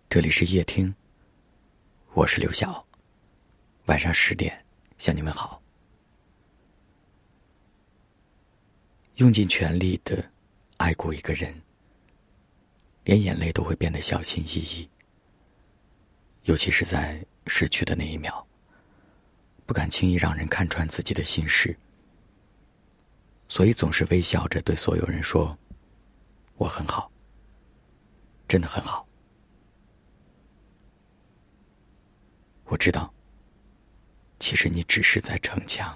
这里是夜听，我是刘晓。晚上10点向你们好。用尽全力的爱过一个人，连眼泪都会变得小心翼翼，尤其是在失去的那一秒，不敢轻易让人看穿自己的心事，所以总是微笑着对所有人说，我很好，真的很好。我知道，其实你只是在逞强。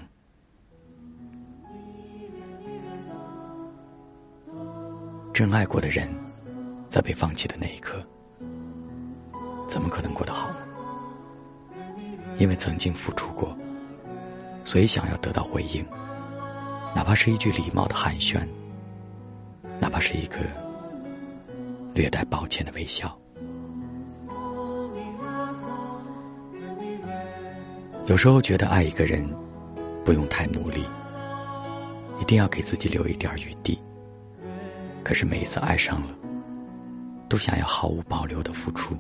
真爱过的人，在被放弃的那一刻，怎么可能过得好呢？因为曾经付出过，所以想要得到回应，哪怕是一句礼貌的寒暄，哪怕是一个略带抱歉的微笑。有时候觉得爱一个人不用太努力，一定要给自己留一点余地，可是每一次爱上了，都想要毫无保留的付出。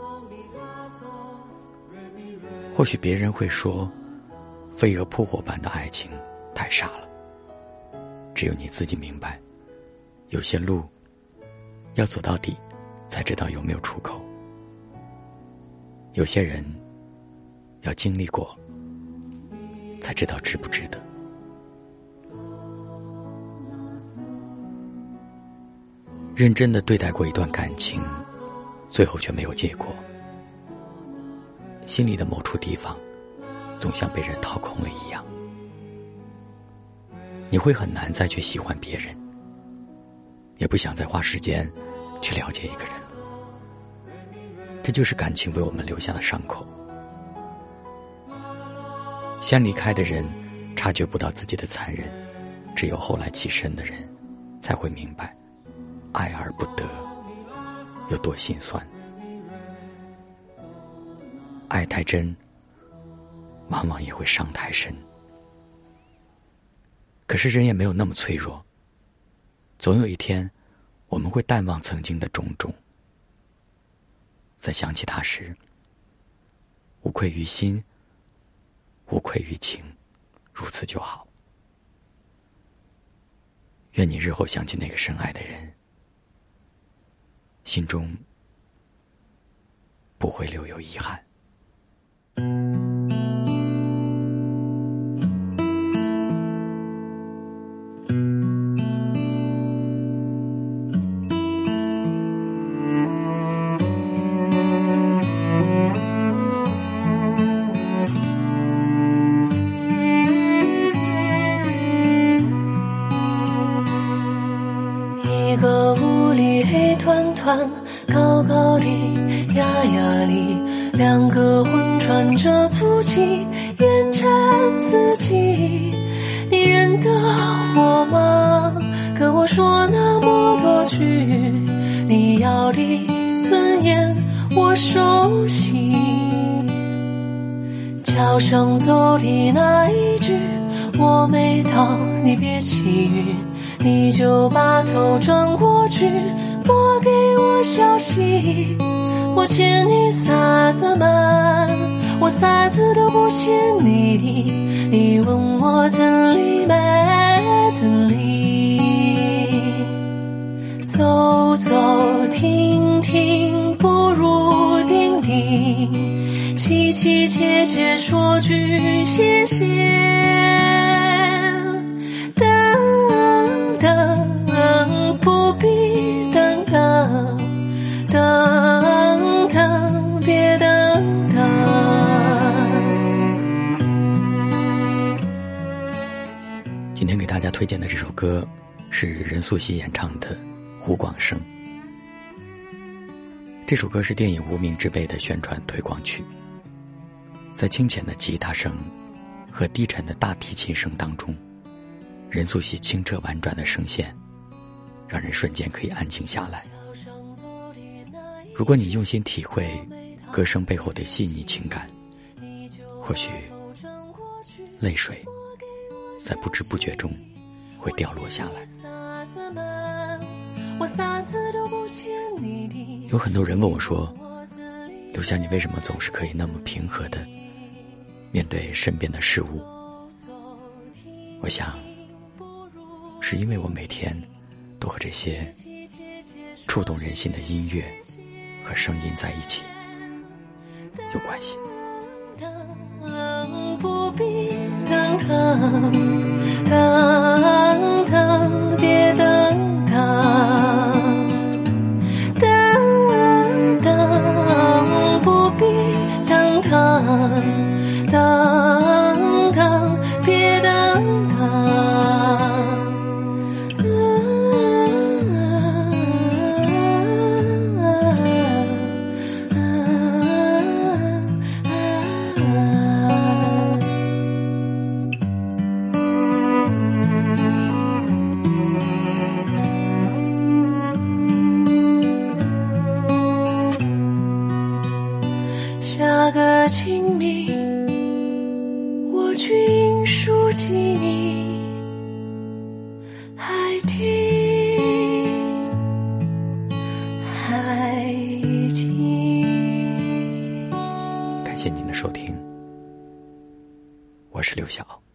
或许别人会说，飞蛾扑火般的爱情太傻了，只有你自己明白，有些路要走到底才知道有没有出口，有些人要经历过才知道值不值得。认真的对待过一段感情，最后却没有结果，心里的某处地方总像被人掏空了一样，你会很难再去喜欢别人，也不想再花时间去了解一个人。这就是感情为我们留下的伤口。先离开的人察觉不到自己的残忍，只有后来起身的人才会明白，爱而不得有多心酸。爱太真，往往也会伤太深。可是人也没有那么脆弱，总有一天我们会淡忘曾经的种种，在想起他时，无愧于心，无愧于情，如此就好。愿你日后想起那个深爱的人，心中不会留有遗憾。 一个屋里黑团团，高高的压压里，两个魂穿着足迹，沿着自己。你认得我吗？跟我说那么多句，你要的尊严我熟悉。桥上走的那一句，我没到，你别起晕，你就把头转过去，拨给我消息。我欠你啥子嘛？我啥子都不欠你的，你问我真理没真理？走走停停不如定定，凄凄切切说句谢谢。不必等等，等等，别等等。 今天给大家推荐的这首歌是任素汐演唱的《胡广生》。这首歌是电影《无名之辈》的宣传推广曲，在清浅的吉他声和低沉的大提琴声当中，任素汐清澈婉转的声线让人瞬间可以安静下来。如果你用心体会歌声背后的细腻情感，或许泪水在不知不觉中会掉落下来。有很多人问我说， 刘翔，你为什么总是可以那么平和地面对身边的事物？我想，是因为我每天都和这些触动人心的音乐和声音在一起有关系。 不必等等等等，别等等等等，不必等等等等，别等等。下个清明，我去樱树记你，海听海听。 感谢您的收听，我是刘晓。